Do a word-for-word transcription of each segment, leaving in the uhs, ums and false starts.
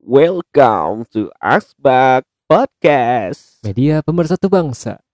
Welcome to Asbak Podcast. Media pemersatu bangsa.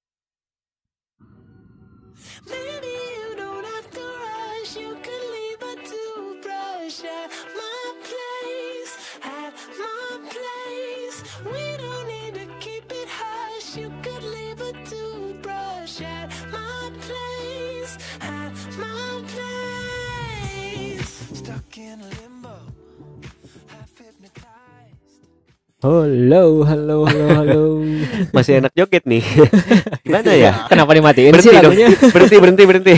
Maybe you don't have to rush. You could leave a toothbrush at my place. At my place. We don't need to keep it hush. You could leave a toothbrush at my place. At my place. Stuck in limbo. Half hypnotized. Halo, halo, halo, halo. Masih enak joget nih. Gimana ya? Kenapa dimatiin Berhenti sih dong. lagunya? Berhenti, berhenti, berhenti.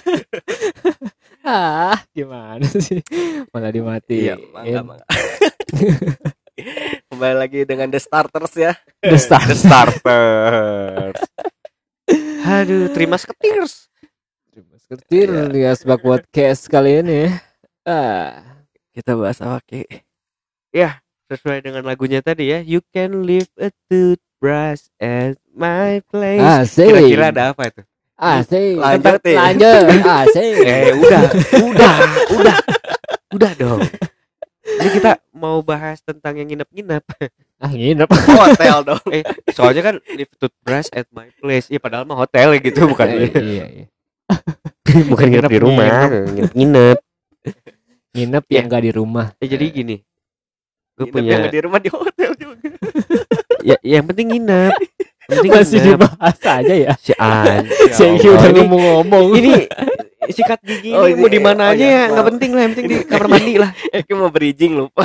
Ah, gimana sih? Malah dimatiin. Iya, mangga, mangga. Kembali lagi dengan The Starters ya. The Star. The Starters. Aduh, terima sketirs. Terima kasih di Asbak Podcast kali ini. Ah, Kita bahas apa, Ki? Ya, sesuai dengan lagunya tadi ya. You can leave a toothbrush at my place. asik. Kira-kira ada apa itu? Asik. Lanjut, Tetap ya. lanjut. Asik. Eh, udah, udah, udah, udah dong. Ini kita mau bahas tentang yang nginep-nginep. Ah, nginep. Hotel dong. Eh, soalnya kan leave toothbrush at my place. Ya padahal mah hotel gitu, bukan? Eh, iya, iya. bukan nginep di rumah, nginep-nginep. Nginep Ya. yang enggak di rumah. Eh, jadi gini, gue Nginep punya, yang di rumah di hotel juga. ya, yang penting nginep. Yang penting Masih nginep. dibahas aja ya. Si An. Si Eki udah Ini- ngomong-ngomong. Ini sikat gigi Oh, ini mau ini- di mana oh, aja iya, ya, nggak maaf. penting lah, yang penting di kamar mandi lah. Eh, Ki mau bridging lupa.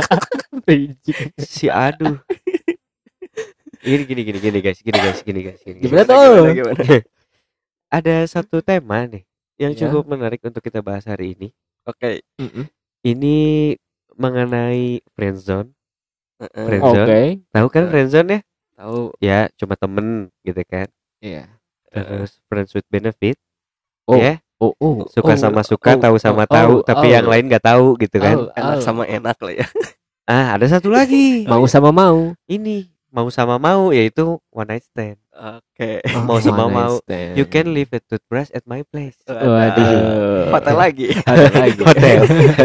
Si aduh. Gini gini gini gini guys, gini guys, gini guys, gini. Gimana guys. tuh? Gimana, gimana? Ada satu tema nih yang Ya. cukup menarik untuk kita bahas hari ini. Oke. Ini mengenai friendzone. Heeh. Friendzone. Oke. Tahu kan friendzone ya? Tahu. Ya, cuma temen gitu kan. Iya. Terus friends with benefit. Oh. Ya, Oh, oh. suka oh, sama suka, oh, tahu sama oh, tahu, oh, tapi oh. yang lain nggak tahu gitu kan. Oh, Enak oh. sama enak lah ya. Ah, ada satu lagi. Mau sama mau. Ini mau sama mau, yaitu one night stand. Oke. Mau sama one night mau. stand. You can leave a toothbrush at my place. Waduh. Hotel lagi. Ada lagi. Hotel.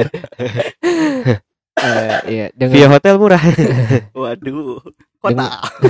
Eh, iya, dengan Via hotel murah. Waduh. Kota.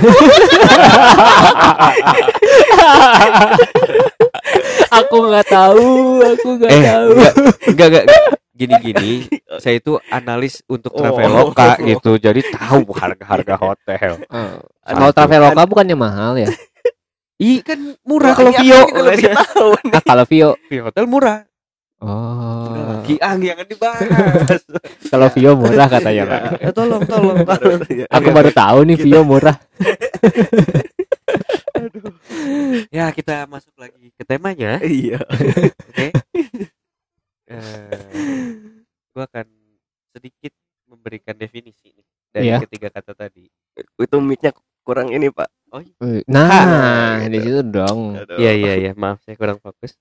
aku nggak tahu, aku nggak eh, tahu. enggak, enggak, enggak. Gini-gini, saya itu analis untuk Oh. Traveloka gitu. Jadi tahu harga-harga hotel. Oh. Kalau Traveloka bukannya mahal ya? Ih, kan murah Wah, kalau iya, Vio. aku juga lebih tahu nih. Ah, kalau Vio, Vio hotel murah. oh, Giang jangan dibahas. kalau Vio murah katanya Pak. Eh, tolong, tolong, tolong. Aku baru tahu nih Vio murah. Ya, kita masuk lagi ke temanya. Iya. Oke. Eh, gua akan sedikit memberikan definisi nih dari Iya. ketiga kata tadi. Itu mic-nya kurang ini, Pak. Nah, di gitu. situ dong. Aduh. Iya, iya, iya, maaf saya kurang fokus.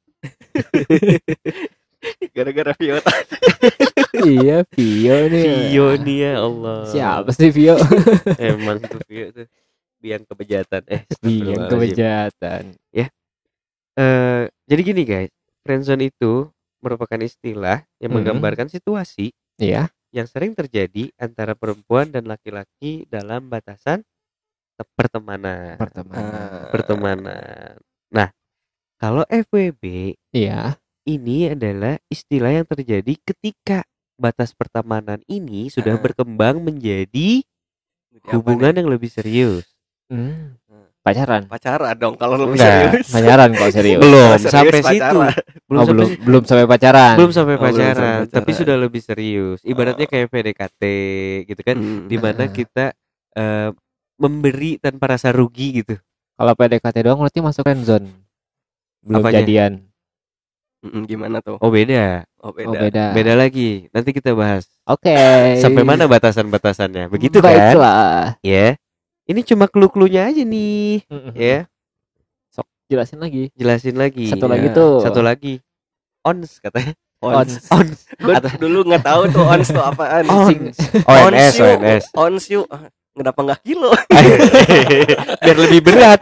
Gara-gara Vio tadi. Iya, Vio nih. Vio nih ya Allah. Siapa sih Vio? Emang tuh Vio tuh biang kebejatan. Eh, Yang astagfirullahaladzim. kebejatan. Eh, jadi gini guys, friendzone itu merupakan istilah yang Mm-mm. menggambarkan situasi Iya. yang sering terjadi antara perempuan dan laki-laki dalam batasan te- pertemanan. Pertemanan. Pertemanan. Nah, kalau F W B Iya. ini adalah istilah yang terjadi ketika batas pertemanan ini sudah Ah. berkembang menjadi Jadi apa hubungan nih? yang lebih serius. Hmm. Pacaran. Pacaran dong kalau lebih Enggak, serius. Pacaran kok serius. Belum Kalau serius sampai situ. pacaran. Belum Oh, sampai belum situ. belum sampai pacaran. Belum sampai Oh, belum sampai pacaran, tapi pacaran. sudah lebih serius. Ibaratnya kayak P D K T gitu kan, Hmm. di mana Ah. kita eh, memberi tanpa rasa rugi gitu. Kalau P D K T doang berarti masuk friendzone. Belum Apanya? jadian. Mm-mm, gimana tuh? Oh beda, Oh, Oh, beda. beda. beda lagi. Nanti kita bahas. Oke. Sampai mana batasan-batasannya? Begitu kan? Baiklah. Ya. Ini cuma clue-cluenya aja nih, ya. Sok jelasin lagi. Jelasin lagi. Satu Ya. lagi tuh. Satu lagi. Ons katanya. Ons. Ons. Ons. Gue dulu nggak tahu tuh ons tuh apaan. Ons. O N S, O N S. Ons yuk. Ah, kenapa nggak kilo? Biar lebih berat.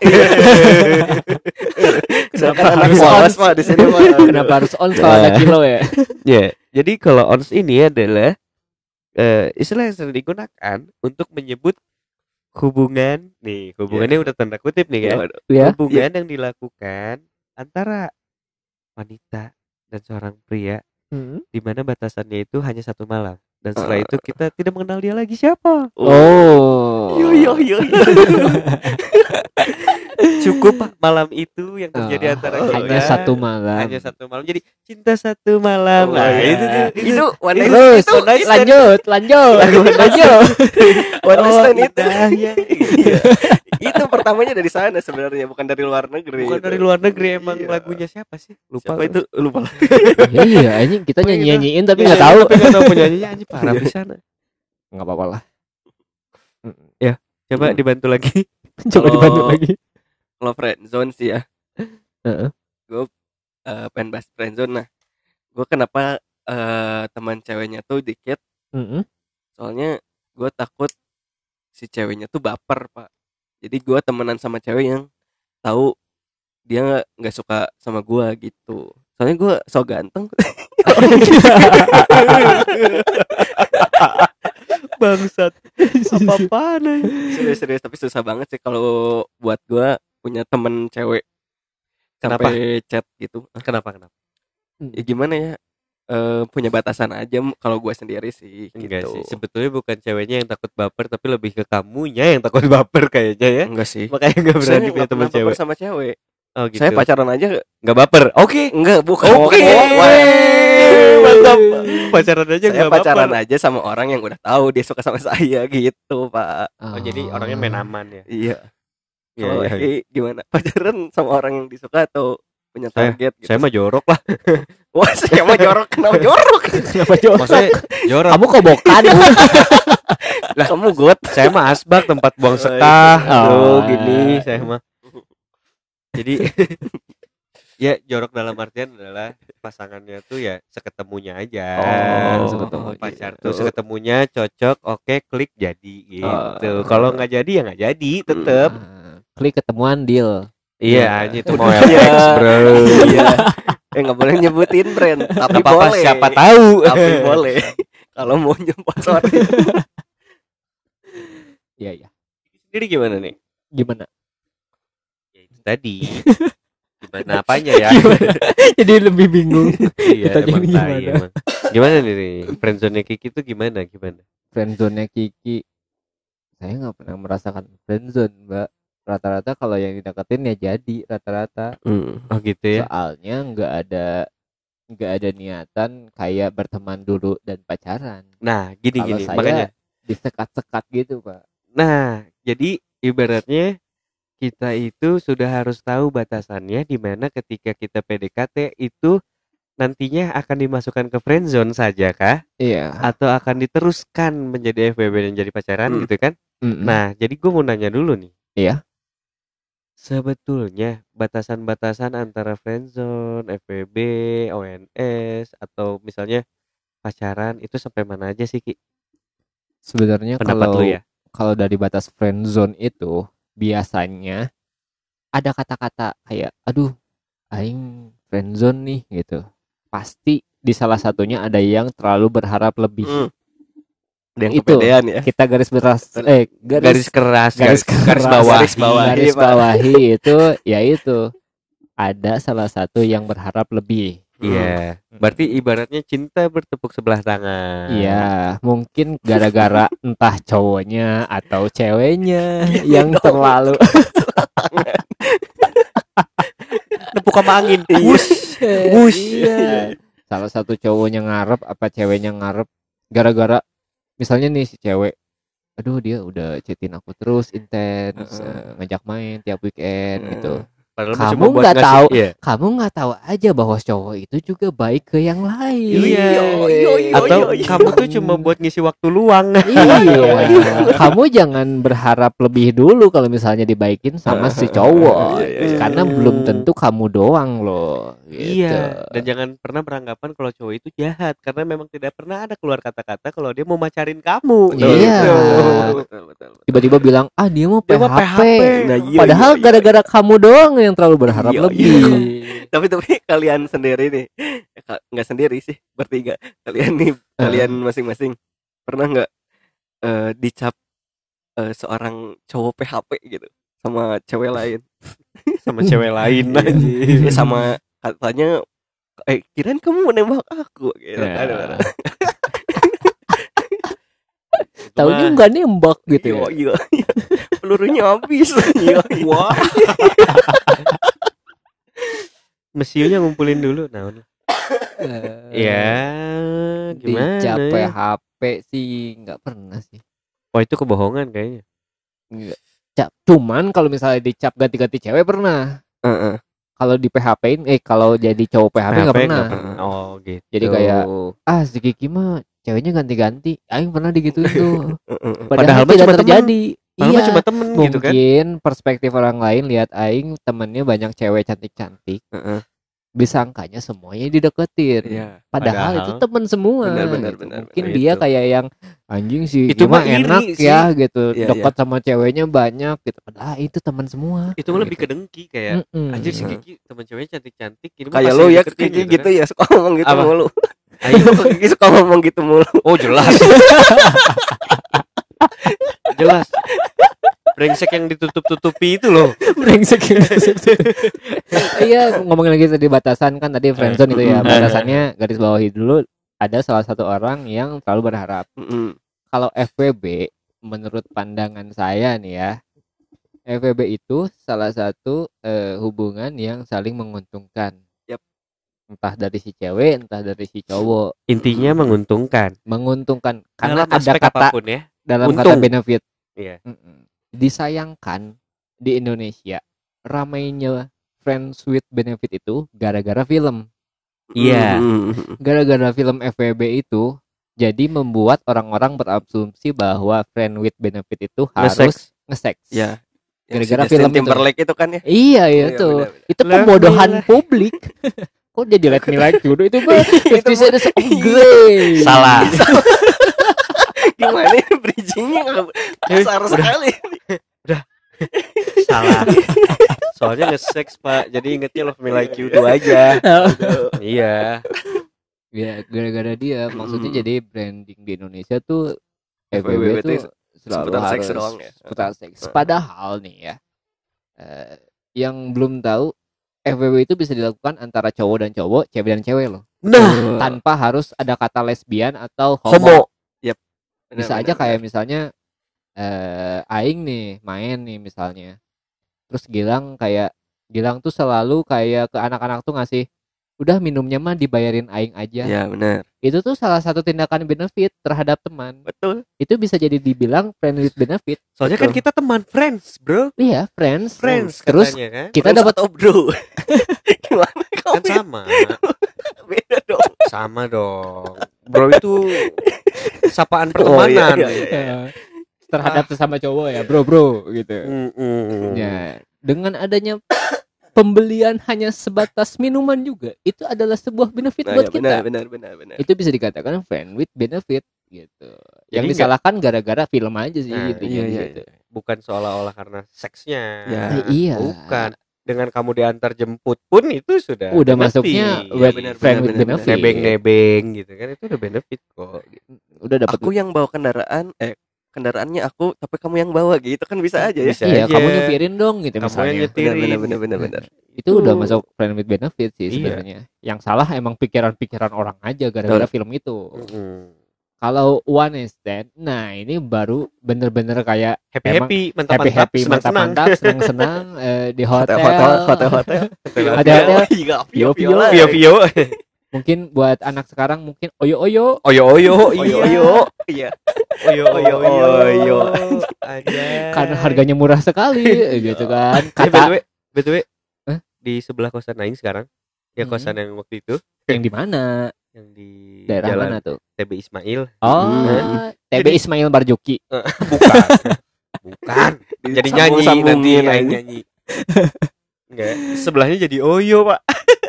Kenapa Kenapa anak harus polos ons? Pak di sini Pak? Kenapa harus on kalau ada kilo ya? Ya, jadi kalau ons ini adalah eh, istilah yang sering digunakan untuk menyebut hubungan nih, hubungannya udah tanda kutip nih kan. Waduh. Ya. Hubungan yang dilakukan antara wanita dan seorang pria Hmm. di mana batasannya itu hanya satu malam dan setelah itu kita tidak mengenal dia lagi siapa. Oh. Yo yo yo. yo. Cukup Pak, malam itu yang terjadi Oh, antara oh, kita hanya satu malam. hanya satu malam jadi cinta satu malam. Oh, Nah, iya. itu tuh Itu one night Terus itu night stand. lanjut, lanjut, lanjut. one night Oh, stand itu. indah ya. Iya. Itu pertamanya dari sana sebenarnya, bukan dari luar negeri. Bukan itu. dari luar negeri, emang Iya. lagunya siapa sih? Lupa Siapa itu? Lupa. Iya, iya, anjing kita Pokoknya nyanyi-nyanyiin tapi Iya, nggak tahu. Tapi nggak tahu penyanyinya, anjing parah Iya. pisan. Nggak apa-apa lah. Coba Hmm. dibantu lagi. Coba Kalau- dibantu lagi. Kalau friendzone sih ya, Heeh. eh, pengen bahas friendzone. Nah, gue kenapa eh, teman ceweknya tuh dikit? Mm-mm. Soalnya gue takut si ceweknya tuh baper, Pak. Jadi gue temenan sama cewek yang tahu dia nggak nggak suka sama gue gitu. Soalnya gue so ganteng. Bangsat. Apa-apaan aja. Serius-serius, tapi susah banget sih kalau buat gue punya temen cewek Kenapa? sampai chat gitu. Kenapa kenapa? Ya gimana ya? Eh, punya batasan aja m- kalau gue sendiri sih. Enggak gitu. sih. Sebetulnya bukan ceweknya yang takut baper, tapi lebih ke kamunya yang takut baper kayaknya ya. Enggak sih. Makanya nggak Saya berani nggak punya teman pernah baper cewek. sama cewek. Oh gitu. Saya pacaran aja nggak baper. Oke. enggak, bukan. Oke. Wah. Mantap. Pacaran aja Saya nggak pacaran baper. aja sama orang yang udah tahu dia suka sama saya gitu, Pak. Oh, jadi orangnya main aman ya. Iya. Iya, Kalau iya, iya. Eki gimana? Pacaran sama orang yang disuka atau punya Saya- target gitu? Saya mah jorok lah. Wah, saya mah jorok. Kenapa jorok? Kenapa jorok? Maksudnya jorok. Kamu kobokan. Lah kamu got. Saya mah asbak tempat buang Oh, sekah. iya. Tuh Oh. gini saya mah. Jadi ya jorok dalam artian adalah pasangannya tuh ya seketemunya aja. Oh, Seketemu pacar gitu. tuh seketemunya cocok, oke klik jadi gitu. Oh. Kalau nggak jadi ya nggak jadi tetep. Ah, Klik ketemuan deal. Iya, Iya. anjing itu mau Iya. L X, bro. Iya. Eh nggak boleh nyebutin brand, tapi Nggak apa-apa, boleh. siapa tahu. Tapi boleh. Kalau mau nyemponsor. Iya, iya. Sendiri gimana nih? Gimana? Ya itu tadi. Gimana apanya ya? Jadi lebih bingung. Iya, Kita emang jadi tai gimana? emang. Gimana nih, nih? Friendzone-nya Kiki tuh gimana? Gimana? Friendzone-nya Kiki. Saya nggak pernah merasakan friendzone, Mbak. Rata-rata kalau yang dideketin ya jadi rata-rata. Oh gitu ya. Soalnya nggak ada nggak ada niatan kayak berteman dulu dan pacaran. Nah, gini Kalau gini, saya makanya. disekat-sekat gitu, Pak. Nah, jadi ibaratnya kita itu sudah harus tahu batasannya di mana ketika kita P D K T itu nantinya akan dimasukkan ke friendzone saja kah? Iya. Atau akan diteruskan menjadi F W B dan jadi pacaran Hmm. gitu kan? Mm-mm. Nah, jadi gue mau nanya dulu nih. Iya. Sebetulnya batasan-batasan antara friendzone, F W B, O N S atau misalnya pacaran itu sampai mana aja sih Ki? Sebenarnya Pendapat kalau lu ya? kalau dari batas friendzone itu biasanya ada kata-kata kayak aduh aing friendzone nih gitu. Pasti di salah satunya ada yang terlalu berharap lebih. Hmm. Ada yang Itu. kepedean ya. Kita garis beras eh Garis garis keras, garis garis, garis keras. bawah. Garis bawah. garis Pak. bawahi itu ya itu ada salah satu yang berharap lebih. Iya. Berarti ibaratnya cinta bertepuk sebelah tangan. Iya, mungkin gara-gara entah cowoknya atau ceweknya Iya yang dong. terlalu Nepuk sama angin. wush, Wush. iya. Salah satu cowoknya ngarep apa ceweknya ngarep gara-gara misalnya nih si cewek, aduh dia udah chatin aku terus intens, Heeh. eh, ngajak main tiap weekend Heeh. gitu. Padahal Kamu cuma buat nggak ngasih- tahu. Iya. Kamu nggak tahu aja bahwa cowok itu juga baik ke yang lain. Iya. iya, iya, Atau iya. kamu tuh cuma buat ngisi waktu luang. Iya, kamu jangan berharap lebih dulu kalau misalnya dibaikin sama si cowok, Iya, iya, iya. karena belum tentu kamu doang loh. Gitu. Iya. Dan jangan pernah beranggapan kalau cowok itu jahat karena memang tidak pernah ada keluar kata-kata kalau dia mau macarin kamu. Iya. Gitu. Betul, betul, betul. Tiba-tiba bilang, ah dia mau Dia mah P H P. P H P. Nah, iya, Padahal iya, iya. gara-gara kamu doang yang terlalu berharap Iya, lebih. iya. Tapi tapi kalian sendiri nih, eh, ka- nggak sendiri sih, bertiga. Kalian nih, kalian masing-masing pernah nggak eh, dicap eh, seorang cowok P H P gitu sama cewek lain? Sama cewek lain Iya. anjir. Eh, sama katanya eh kirain kamu mau nembak aku gitu Ya. kan. Taunya Cuma- nggak nembak gitu ya. Iya, iya. Pelurunya habis. Iya, iya. Wah. Mesiunya ngumpulin dulu naon. Eh, Ya, gimana? dicap ya? P H P sih nggak pernah sih. Oh, itu kebohongan kayaknya. Nggak. Cap. Cuman kalau misalnya dicap ganti-ganti cewek pernah. Heeh. Kalau di P H P-in, eh kalau jadi cowok P H P nggak P H P pernah. nggak pernah. Oh, gitu. Jadi kayak ah si Kiki mah ceweknya ganti-ganti. Aing pernah digituin tuh. Heeh. Padahal, Padahal mah tidak cuma terjadi. Padahal Iya. mah cuma temen gitu kan. Mungkin perspektif orang lain lihat Aing temennya banyak cewek cantik-cantik. Heeh. Disangkanya semuanya dideketin. Iya. Padahal, Padahal. itu temen semua. Benar, benar, gitu. benar, Mungkin benar. dia Itu. kayak yang anjing sih. Itu dia mah mah iri enak sih. ya gitu. Iya, Dekat sama ceweknya banyak gitu. Padahal itu teman semua. Itu mah lebih Gitu. ke dengki kayak Mm-mm. anjir si Heeh. Kiki teman ceweknya cantik-cantik ini mah Kayak pasti lu ya dideketin Kiki gitu kan. ya suka ngomong gitu Apa? mulu. Ayo. Kiki suka ngomong gitu mulu. Oh, jelas. Jelas. Brengsek yang ditutup-tutupi itu loh. Brengsek. Iya, ngomongin lagi tadi batasan kan tadi friendzone itu ya. Eh. Batasannya garis bawahi dulu ada salah satu orang yang terlalu berharap. Heeh. Kalau F W B menurut pandangan saya nih ya, F W B itu salah satu eh, hubungan yang saling menguntungkan. Yap. Entah dari si cewek, entah dari si cowok, Intinya menguntungkan. menguntungkan karena Dalam ada aspek kata apapun ya. dalam untung. kata benefit. Iya. Mm-mm. Disayangkan di Indonesia ramainya friends with benefit itu gara-gara film. Iya. Heeh. Gara-gara film F W B itu jadi membuat orang-orang berasumsi bahwa friend with benefit itu harus Nge-sex. nge-sex. Ya. Yang Gara-gara si film Justin itu. Timberlake itu kan ya. Iya Iya, itu. benar-benar. Itu Love pembodohan me like- publik. Kok jadi let me like you itu mah Fifty Shades of Grey. Salah. Gimana ya bridgingnya nggak kasar Udah. sekali. Salah. Soalnya nge-sex, Pak. Jadi ingetnya Love Me Like You dua aja. Iya. Ya gara-gara dia maksudnya Mm. jadi branding di Indonesia tuh F F W W B B tuh tuh selalu seputar harus seks doang ya? seputar seks. Heeh. Padahal nih ya eh, yang belum tahu F W B itu bisa dilakukan antara cowok dan cowok, cewek dan cewek loh. Nah, Tanpa harus ada kata lesbian atau homo. homo. Benar, Bisa benar, aja kayak benar. misalnya eh aing nih main nih misalnya. Terus Gilang kayak Gilang tuh selalu kayak ke anak-anak tuh ngasih udah minumnya mah dibayarin aing aja. Ya benar. Itu tuh salah satu tindakan benefit terhadap teman. Betul. Itu bisa jadi dibilang friend with benefit. Soalnya kan kita teman, friends, bro. Iya, friends. Friends Terus katanya kan. kita Friends dapat atau bro. Gimana kau Kan sama. beda dong. Sama dong. Bro itu sapaan Oh, iya, pertemanan. iya, iya. eh, terhadap sesama cowok ya, bro-bro gitu. Mm-mm. Ya, dengan adanya pembelian hanya sebatas minuman juga, itu adalah sebuah benefit Nah, buat ya, kita. benar, benar, benar, benar. Itu bisa dikatakan friend with benefit gitu. Yang Jadi disalahkan gara-gara film aja sih Nah, intinya iya, di iya, situ. Bukan seolah-olah karena seksnya. Ya. Eh, iya. Bukan. Dengan kamu diantar jemput pun itu sudah Udah benefit. masuknya Iya, with benar, friend benar, with benar, benefit. nebeng-nebeng gitu kan itu udah benefit kok. Udah dapat. Aku yang bawa kendaraan, eh kendaraannya aku, tapi kamu yang bawa gitu kan bisa aja ya. Bisa Iya, aja. kamu nyupirin dong gitu Kamu yang misalnya. nyetirin. Benar, benar, benar, benar, benar. Itu udah masuk friend with benefit sih Iya. sebenarnya. Yang salah emang pikiran-pikiran orang aja gara-gara Betul. film itu. Mm-mm. Kalau one night stand, nah ini baru bener-bener kayak Happy Emang happy, mantap happy mantap, happy, senang mantap senang. mantap, senang senang eh, di hotel. Hotel, hotel, hotel, hotel. Ada hotel. Iya, Vio, vio, vio. vio, Vio vio. Mungkin buat anak sekarang mungkin oyo oyo. Oyo oyo. Oyo, oyo. Iya. Oyo Oyo, oyo. Ada. Karena harganya murah sekali gitu kan. Eh, Kata B T W, B T W Hah? di sebelah kosan Aing sekarang. Ya Hmm. kosan yang waktu itu yang di mana? yang di Daerah jalan mana tuh? T B Ismail. Oh, Hmm. T B Ismail Marjuki. Bukan. Bukan. Jadi nyanyi nanti Sambung-sambungin Aing aja. nyanyi. Enggak, sebelahnya jadi Oyo, Pak.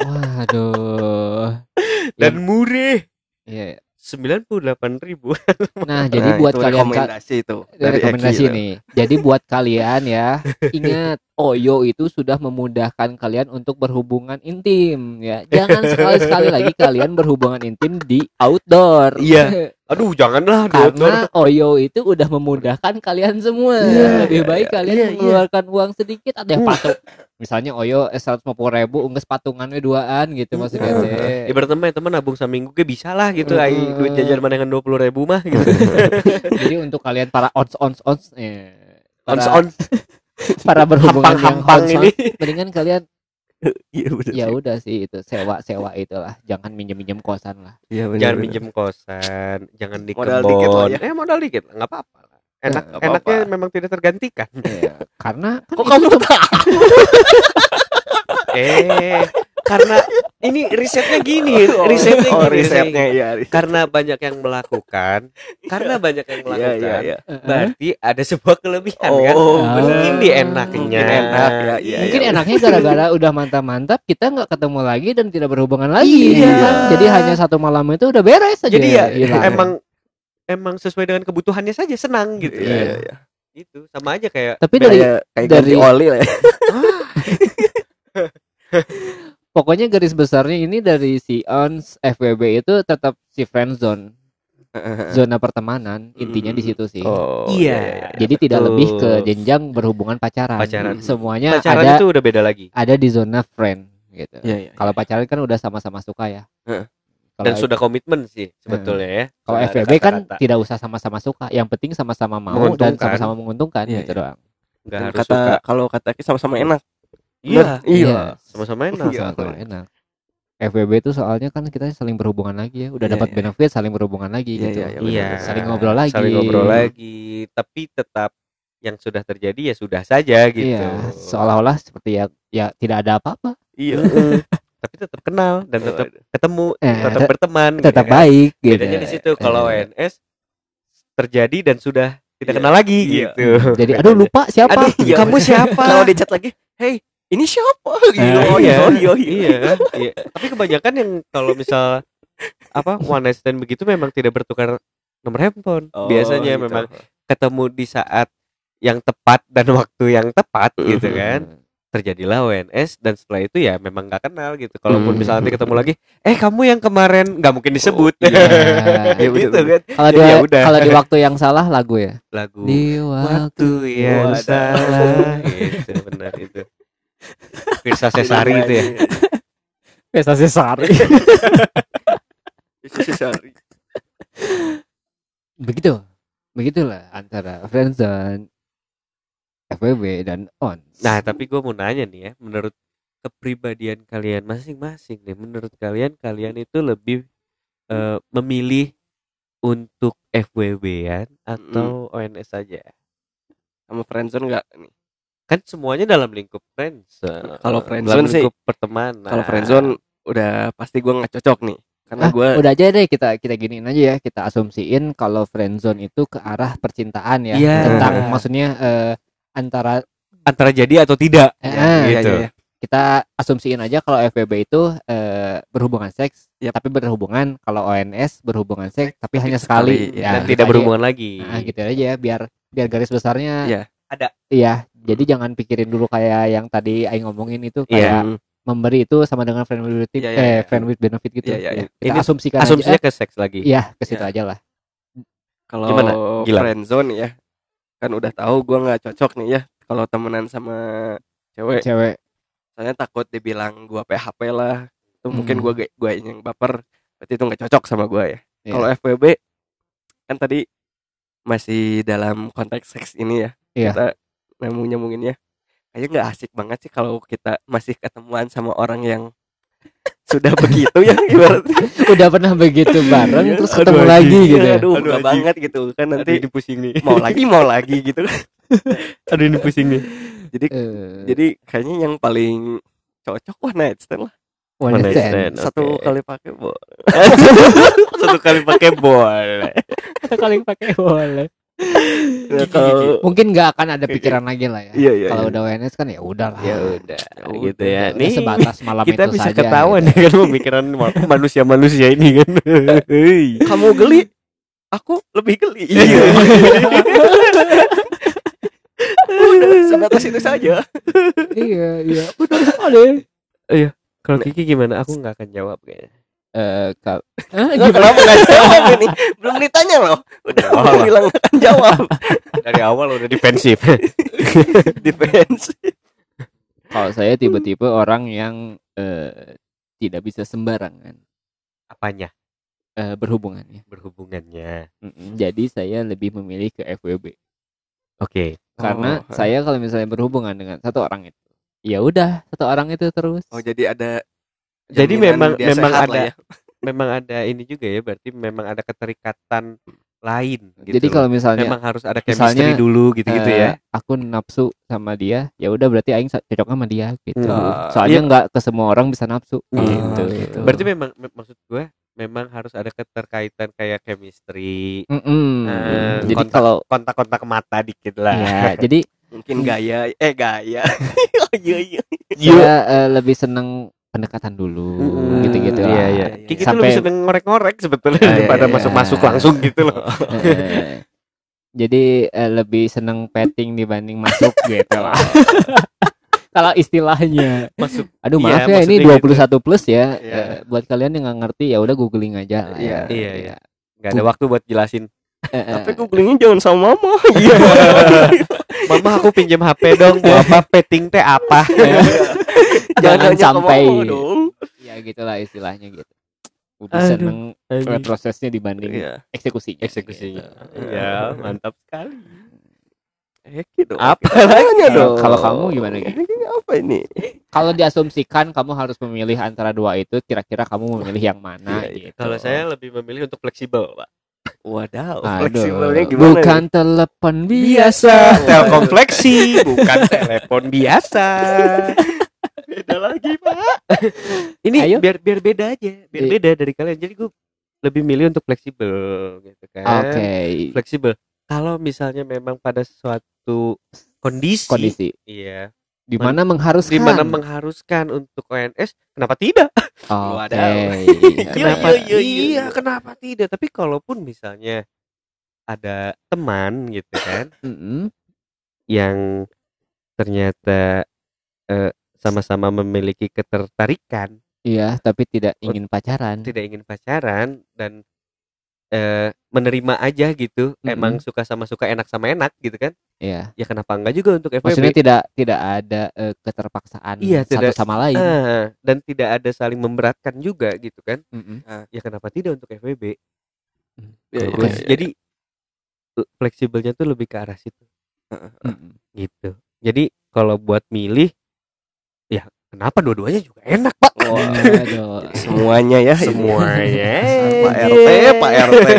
Waduh. Dan murah. Iya. sembilan puluh delapan ribu. Nah, jadi Nah, buat itu kalian ka- rekomendasi itu dari rekomendasi Eki, nih. Jadi buat kalian ya, ingat Oyo itu sudah memudahkan kalian untuk berhubungan intim ya. Jangan sekali-sekali lagi kalian berhubungan intim di outdoor. Iya. Aduh, janganlah Karena Oyo itu udah memudahkan kalian semua. Iya, Lebih iya, baik iya, kalian iya, iya. mengeluarkan uang sedikit, ada yang patung. Misalnya Oyo seratus lima puluh ribu ungges patungannya duaan gitu maksudnya teh. Ibarat teman teman nabung saminggu ke bisa lah gitu. Heeh. Ai duit jajan mana dengan dua puluh ribu mah gitu. Jadi untuk kalian para ons ons ons eh, On para, on para berhubungan yang hampang-hampang ons ini. mendingan kalian Iya bener ya sih. udah sih itu sewa-sewa itulah, jangan minjem-minjem kosan lah. Iya bener, Jangan bener. minjem kosan, jangan di Modal kebon. dikit lah ya. Eh modal dikit, nggak apa-apa lah. Enak, Nggak enaknya apa-apa. memang tidak tergantikan. Iya, karena kan Kok itu kamu tuh- tahu? eh, karena ini risetnya gini, risetnya Oh, gini. risetnya Ray. ya. riset. Karena banyak yang melakukan, karena banyak yang Iya melakukan, iya iya. berarti ada sebuah kelebihan Oh, kan. bener. Mungkin di enaknya. Mungkin enak, ya, iya, mungkin iya. enaknya gara-gara udah mantap-mantap kita nggak ketemu lagi dan tidak berhubungan lagi. Iya. Jadi hanya satu malam itu udah beres aja. Jadi ya hilang. emang emang sesuai dengan kebutuhannya saja, senang gitu Iya ya. iya iya. Itu sama aja kayak Tapi dari Kayak kayak dari- ganti oli lah ya. pokoknya garis besarnya ini dari si Ons F W B itu tetap si friend zone, zona pertemanan, intinya di situ sih. Oh Iya. Jadi tidak betul. lebih ke jenjang berhubungan pacaran. Pacaran. Semuanya pacaran ada itu udah beda lagi ada di zona friend gitu. Iya iya. Kalau pacaran kan udah sama-sama suka ya. Heeh. Kalau dan sudah komitmen sih sebetulnya ya. kalau Sudah F W ada B kan kata-kata. tidak usah sama-sama suka, yang penting sama-sama mau dan Menguntungkan. sama-sama menguntungkan Iya, gitu iya. doang. nggak Dan harus kata suka. kalau kata Ki sama-sama enak. Iya, Iya. sama-sama enak. Iya. Sama-sama enak. F W B itu soalnya kan kita saling berhubungan lagi ya, udah Iya, dapat iya. benefit saling berhubungan lagi Iya, gitu. iya, iya, Iya, benar. Saling ngobrol lagi. Saling ngobrol lagi, tapi tetap yang sudah terjadi ya sudah saja gitu. Iya, seolah-olah seperti ya ya tidak ada apa-apa. Iya. Tapi tetap kenal dan tetap ketemu, Eh, tetap te- berteman, Tetap gitu kan. baik gitu. Bedanya di situ kalau Eh, O N S terjadi dan sudah tidak Iya. kenal lagi Iya. gitu. Jadi aduh lupa siapa? Aduh, Iya, kamu bener. siapa? Kalau di chat lagi, "Hey, ini siapa?" gitu. Eh, Oh iya, iya, iya. iya, iya. Tapi kebanyakan yang kalau misal apa one night stand begitu memang tidak bertukar nomor handphone. Oh, Biasanya gitu. memang ketemu di saat yang tepat dan waktu yang tepat gitu kan. Terjadilah O N S dan setelah itu ya memang nggak kenal gitu. Kalaupun Hmm. misalnya nanti ketemu lagi, eh kamu yang kemarin nggak mungkin disebut. iya. Ya gitu kan. Kalau Jadi di ya udah. kalau di waktu yang salah lagu ya. Lagu Di waktu yang Wadah. salah. Itu benar itu. Pirsa Sesari itu ya. Pesta Sesari. Sesari. Begitu. Begitulah antara friendzone, F W B dan Ons. Nah, tapi gue mau nanya nih ya, menurut kepribadian kalian masing-masing nih, menurut kalian kalian itu lebih eh, memilih untuk F W B-an atau O N S saja? Sama friendzone enggak nih? Kan semuanya dalam lingkup friendzone. Kalau dalam friendzone sih- lingkup pertemanan. Kalau friendzone udah pasti gue nggak cocok nih. Karena Ah, gue udah aja deh kita kita giniin aja ya, kita asumsiin kalau friendzone itu ke arah percintaan ya. Iya. Tentang maksudnya eh, antara antara jadi atau tidak eh, Iya, gitu. iya, iya. kita asumsiin aja kalau F W B itu eh, berhubungan seks, Yap. tapi berhubungan. Kalau O N S berhubungan seks tapi hanya sekali, sekali. ya. Dan gitu tidak aja. berhubungan lagi. Nah, gitu aja ya, biar biar garis besarnya Iya. Ada. Iya, jadi jangan pikirin dulu kayak yang tadi Aing ngomongin itu kayak Iya. memberi itu sama dengan friend with benefit, Iya, iya, eh iya. friend with benefit gitu. Iya, iya, iya. Kita Ini asumsikan Asumsinya aja. ke seks lagi. Iya, ke situ Iya. aja lah. Kalau Gimana? Gilang? friendzone ya, kan udah tahu gue nggak cocok nih ya. Kalau temenan sama cewek, Cewek. soalnya takut dibilang gue P H P lah. Itu mungkin Hmm. gue gue yang baper. Berarti itu nggak cocok sama gue ya. Iya. Kalau F W B kan tadi masih dalam konteks seks ini ya. Iya. Kita nyambung nyambunginnya. Kayaknya nggak asik banget sih kalau kita masih ketemuan sama orang yang sudah begitu ya ibaratnya. Udah pernah begitu bareng Iya, terus aduh, ketemu anjing. lagi gitu ya. Aduh, Aduh, nggak anjing. banget gitu kan Aduh, nanti ini pusing nih. mau lagi mau lagi gitu kan. Aduh ini pusing nih. Jadi Eh, jadi kayaknya yang paling cocok one night stand lah. one One night night stand. stand. Satu Oke. kali pakai boleh. Satu kali pakai boleh. Satu kali pakai boleh. Ya, kalau Mungkin nggak akan ada pikiran lagi lah ya. iya iya. Kalau iya. udah O N S kan ya udah lah. Ya udah, Ya gitu udah. ya. Udah Nih sebatas malam kita itu bisa saja, ketahuan gitu. ya kan pemikiran ma- manusia-manusia ini kan. Hei. Kamu geli, aku lebih geli. Iya. Udah, sebatas itu saja. Iya, iya. Benar sekali. Kalau Kiki gimana? Aku nggak akan jawab kayaknya. eh kal- Hah, Nggak, gimana? kenapa nggak jawab ini? Belum ditanya loh. Udah Oh, udah lah. bilang nggak akan jawab. Dari awal udah defensif. Defense. Kalau saya tipe-tipe orang yang eh, tidak bisa sembarangan Apanya? eh, berhubungannya. Berhubungannya. Mm-mm. Jadi saya lebih memilih ke F W B Oke. karena Oh, saya kalau misalnya berhubungan dengan satu orang itu, ya udah satu orang itu terus. Oh, jadi ada Jadi jaminan memang dia memang sehat ada lah ya. memang ada ini juga ya, berarti memang ada keterikatan lain gitu. Jadi loh. kalau misalnya memang harus ada misalnya, chemistry dulu gitu-gitu eh, ya. aku nafsu sama dia, ya udah berarti aing sa- cocok sama dia gitu. Hmm. Soalnya Iya. nggak ke semua orang bisa nafsu Hmm. gitu. gitu. Berarti memang me- maksud gue memang harus ada keterkaitan kayak chemistry, Mm-mm. Eh, Jadi kontak- kalau kontak-kontak mata dikit lah. ya, jadi Mungkin gaya eh gaya. Oh iya iya. saya eh, lebih seneng pendekatan dulu Mm-mm. gitu-gitu Iya, lah. iya. Iya, Kayak gitu Sampai- lebih seneng ngorek-ngorek sebetulnya Ah, iya, daripada iya. masuk-masuk langsung gitu loh. Eh, Jadi eh, lebih seneng petting dibanding masuk gitu lah. Kalau istilahnya. Masuk. Aduh Iya, maaf ya ini maksudnya dua puluh satu plus ya. Iya. Eh, buat kalian yang nggak ngerti ya udah googling aja lah ya. Iya, iya. Nggak ada waktu buat jelasin. Eh, eh, Tapi googlingnya jangan sama mama. Iya. Mama aku pinjam H P dong. Mau apa? Petting teh apa? Jangan nanya ke sampai. mama dong. Ya gitulah istilahnya gitu. Lebih Aduh, seneng eh, aduh. prosesnya dibanding Iya. eksekusinya. Eksekusinya. gitu. Ya, mantap sekali. Eh gitu. Apa lagi Kalau- kalau kamu gimana, Gi? Ini apa ini? Kalau diasumsikan kamu harus memilih antara dua itu, kira-kira kamu memilih yang mana Iya, iya. gitu. Kalau saya lebih memilih untuk fleksibel, Pak. Wadaw, Aduh, fleksibelnya gimana? bukan telepon biasa. Telkom fleksi, bukan telepon biasa. Beda lagi, Pak. Ini Ayo. biar biar beda aja, biar I- beda dari kalian. Jadi gue lebih milih untuk fleksibel gitu kan. Oke. Fleksibel. Kalau misalnya memang pada suatu kondisi, Kondisi iya, di mana mengharuskan. di mana mengharuskan untuk O N S, kenapa tidak? Oke. Wadaw. Kenapa? iya, iya, iya. Iya, kenapa tidak? Tapi kalaupun misalnya ada teman gitu kan Mm-mm. yang ternyata eh, sama-sama memiliki ketertarikan, Iya, tapi tidak ingin pacaran. tidak ingin pacaran dan eh, menerima aja gitu, Mm-mm. emang suka sama suka, enak sama enak gitu kan? Iya. Ya kenapa enggak juga untuk F W B? Maksudnya tidak tidak ada eh, keterpaksaan Iya, satu tidak. sama lain. Ah, dan tidak ada saling memberatkan juga gitu kan? Mm-mm. Ya kenapa tidak untuk F W B? Iya, Kalau iya, gua iya, sih, iya. Jadi l- fleksibelnya tuh lebih ke arah situ Mm-mm. gitu. Jadi kalau buat milih, ya kenapa dua-duanya juga enak, Pak? Waduh. Semuanya ya. ini. Semuanya. Pak R T, Pak R T.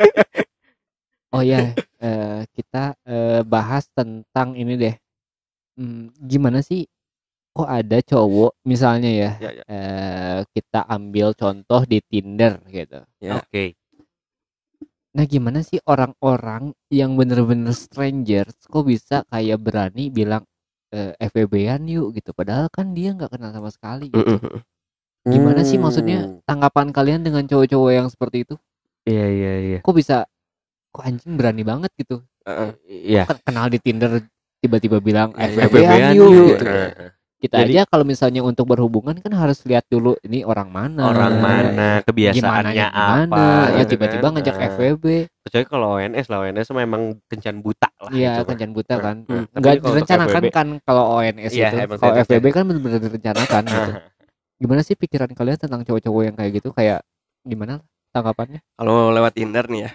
Oh ya, eh, kita eh, bahas tentang ini deh. Hmm, gimana sih? Kok ada cowok misalnya ya? Ya, ya. eh, kita ambil contoh di Tinder gitu. Ya. Oke. Nah, gimana sih orang-orang yang bener-bener strangers kok bisa kayak berani bilang eh, F W B-an yuk gitu? Padahal kan dia nggak kenal sama sekali. Gitu. Mm-mm. Gimana sih Hmm. maksudnya tanggapan kalian dengan cowok-cowok yang seperti itu? Iya, iya, iya. Kok bisa? Kok anjing berani banget gitu? Heeh. Iya. Kan kenal di Tinder tiba-tiba bilang Iya, F iya, W B-an F W B-an yuk yuk. gitu. Heeh. Kita Jadi- aja kalau misalnya untuk berhubungan kan harus lihat dulu ini orang mana, Orang mana, gimana kebiasaannya gimana, apa? ya gitu tiba-tiba kan. ngajak Nah, F W B, Kecuali kalau O N S lah, O N S memang kencan buta lah. iya itu mah. kencan buta kan, Hmm, tapi nggak kalau untuk direncanakan F W B, kan kalau O N S Iya, itu, emang kalau tidak F W B kan benar-benar direncanakan gitu. Gimana sih pikiran kalian tentang cowok-cowok yang kayak gitu, kayak gimana tanggapannya? Kalau lewat Tinder nih ya.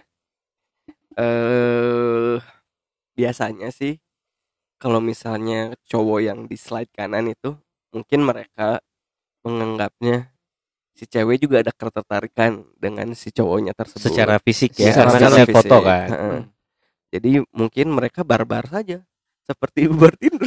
Eh biasanya sih kalau misalnya cowok yang di slide kanan itu mungkin mereka menganggapnya si cewek juga ada ketertarikan dengan si cowoknya tersebut. Secara fisik ya, Secara karena fisik. lihat foto fisik. kan. Heeh. Jadi mungkin mereka barbar saja seperti Uber Tinder.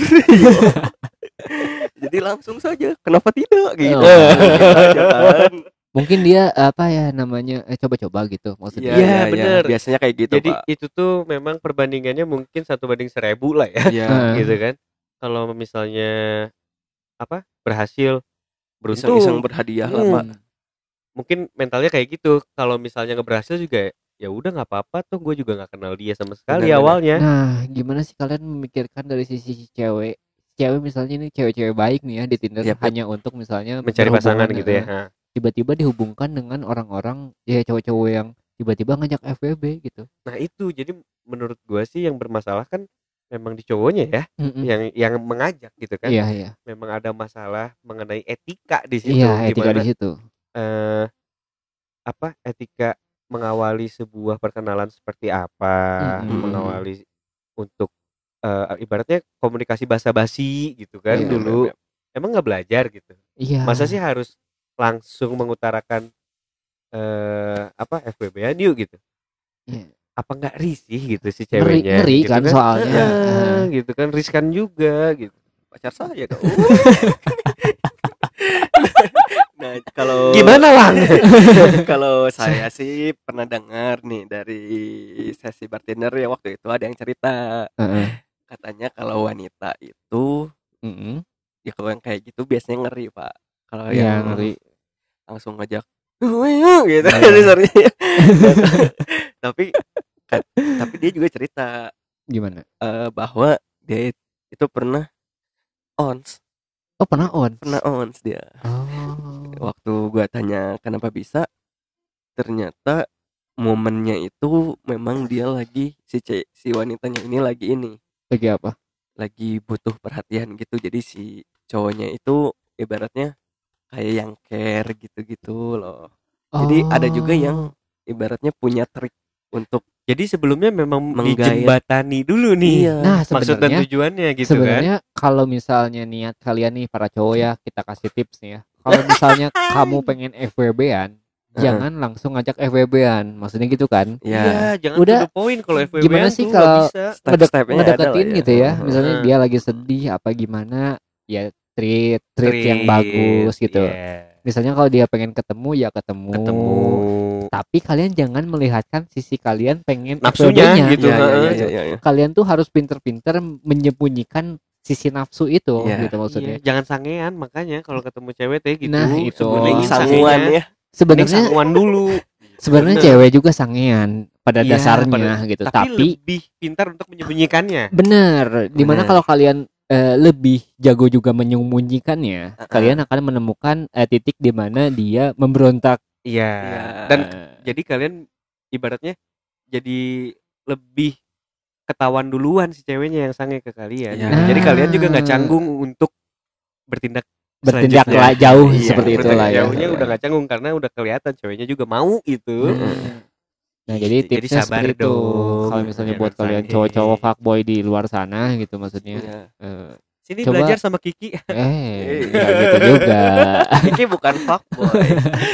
Jadi langsung saja, kenapa tidak gitu. Oh. Gitu aja kan. Mungkin dia apa ya namanya eh, coba-coba gitu maksudnya. Iya, bener. Biasanya kayak gitu, Jadi Pak. itu tuh memang perbandingannya mungkin satu banding seribu lah ya, Iya. Heeh. gitu kan. Kalau misalnya apa berhasil, beruntung, Iseng-iseng berhadiah lah, Hmm. Pak. mungkin mentalnya kayak gitu. Kalau misalnya nggak berhasil juga, ya udah nggak apa-apa tuh, gue juga nggak kenal dia sama sekali Benar-benar. awalnya. Nah, gimana sih kalian memikirkan dari sisi si cewek? Cewek misalnya ini cewek-cewek baik nih ya di Tinder Yap, yap. hanya untuk misalnya Mencari pasangan berhubungan, gitu ya. eh, Nah, tiba-tiba dihubungkan dengan orang-orang ya cowok-cowok yang tiba-tiba ngajak F W B gitu. Nah itu jadi menurut gua sih yang bermasalah kan memang di cowoknya ya, Mm-mm. yang yang mengajak gitu kan. Iya iya. Memang ada masalah mengenai etika di situ, Iya, di etika di mana situ. eh, apa etika mengawali sebuah perkenalan seperti apa, Mm-mm. mengawali untuk eh, ibaratnya komunikasi basa-basi gitu kan Iya. dulu. Emang nggak belajar gitu. Iya. Masa sih harus langsung mengutarakan eh apa F W B-an yuk gitu. Iya. Apa nggak risih gitu si Ngeri, ceweknya ngeri gitu kan soalnya. Heeh, Heeh. gitu kan riskan juga gitu. Pacar saya dong. Nah, kalau Gimana Lang? kalau saya sih pernah dengar nih dari sesi bartender ya waktu itu ada yang cerita Heeh. katanya kalau wanita itu Mm-mm. ya kalau yang kayak gitu biasanya ngeri pak. Kalau Iya, yang ngeri. langsung ngajak gitu Iya. sorry. tapi kan- tapi dia juga cerita Gimana? eh, bahwa dia itu pernah ons Oh, pernah on. pernah ons dia. Oh. Waktu gua tanya kenapa bisa, ternyata momennya itu memang dia lagi si ce- si wanitanya ini lagi ini Lagi apa? lagi butuh perhatian gitu. Jadi si cowoknya itu ibaratnya kayak yang care gitu-gitu loh. Jadi ada juga yang ibaratnya punya trik untuk Jadi sebelumnya memang Menggait. dijembatani dulu nih iya. Nah, maksud dan sebenarnya tujuannya gitu sebenarnya kalau misalnya niat kalian nih para cowok ya, kita kasih tips nih ya. Kalau misalnya kamu pengen F W B-an, Heeh. jangan langsung ngajak F W B-an. Maksudnya gitu kan? kan. ya Iya, jangan Udah, to the point kalau F W B gimana sih tuh nggak kalau bisa. ngedek- step-stepnya ada ngedeketin lah ya. gitu ya. Heeh. Misalnya Heeh. dia lagi sedih apa gimana, ya treat treat yang Treat, bagus gitu. iya. Misalnya kalau dia pengen ketemu ya ketemu. Ketemu Tapi kalian jangan melihatkan sisi kalian pengen nafsunya F W B-nya. gitu. Iya, iya, heeh. iya, iya, iya. Kalian tuh harus pinter-pinter menyembunyikan sisi nafsu itu Iya. gitu maksudnya. Iya, jangan sangean makanya kalau ketemu cewek teh gitu. Nah, itu. sebelum Mending ingin sanguan sangenya, ya. mending Sebenarnya sanguan dulu. sebenarnya Bener. cewek juga sangean pada Iya, dasarnya pada- gitu. Tapi, Tapi, lebih pintar untuk menyembunyikannya. bener, dimana Bener. kalau kalian eh, lebih jago juga menyembunyikannya, Uh-uh. kalian akan menemukan eh, titik di mana dia memberontak. Iya. Iya. Dan Eh, jadi kalian ibaratnya jadi lebih ketahuan duluan si ceweknya yang sange ke kalian. Iya. Jadi kalian juga nggak Nah. canggung untuk bertindak bertindak selanjutnya. lah jauh Iya, seperti bertindak itulah ya. jauhnya udah nggak canggung karena udah kelihatan ceweknya juga mau itu. Nah, jadi Jadi tipsnya sabar seperti itu. dong. Kalau misalnya Jangan buat kalian sange. cowok-cowok fuckboy di luar sana gitu maksudnya. Iya. eh, Sini Coba- belajar sama Kiki. eh, nggak gitu juga. Kiki bukan fuckboy.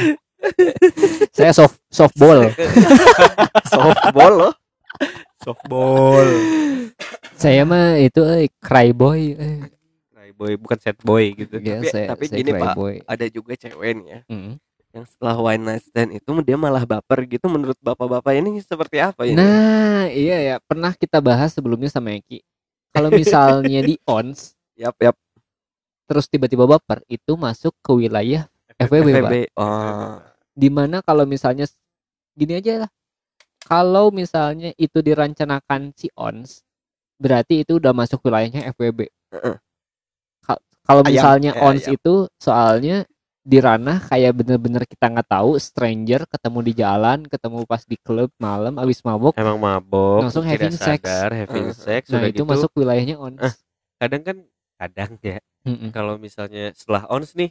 Saya soft softball. Softball loh. Softball. Saya mah itu eh, cryboy. Eh. Boy bukan sad boy gitu. Ya, Tapi- saya, tapi saya gini, Pak. cryboy. Ada juga cewek nih ya Mm. yang setelah one night stand itu dia malah baper gitu. Menurut bapak-bapak ini seperti apa ini? Nah, iya ya, pernah kita bahas sebelumnya sama Eki. Kalau misalnya di ons Yap, yap. terus tiba-tiba baper, itu masuk ke wilayah F W B, F W Pak. B. Oh. Dimana kalau misalnya gini aja lah, kalau misalnya itu dirancanakan si ons, berarti itu udah masuk wilayahnya F W B. Heeh. Ka- Kalau Ayam. misalnya Eh, ons ayam. itu soalnya di ranah kayak bener-bener kita nggak tahu, stranger ketemu di jalan, ketemu pas di klub malam abis mabuk, Emang mabok, Langsung tidak having sex. sadar, having Uh, sex, nah udah itu gitu. masuk wilayahnya ons. Eh. Kadang kan, kadang ya, Mm-mm. kalau misalnya setelah ons nih,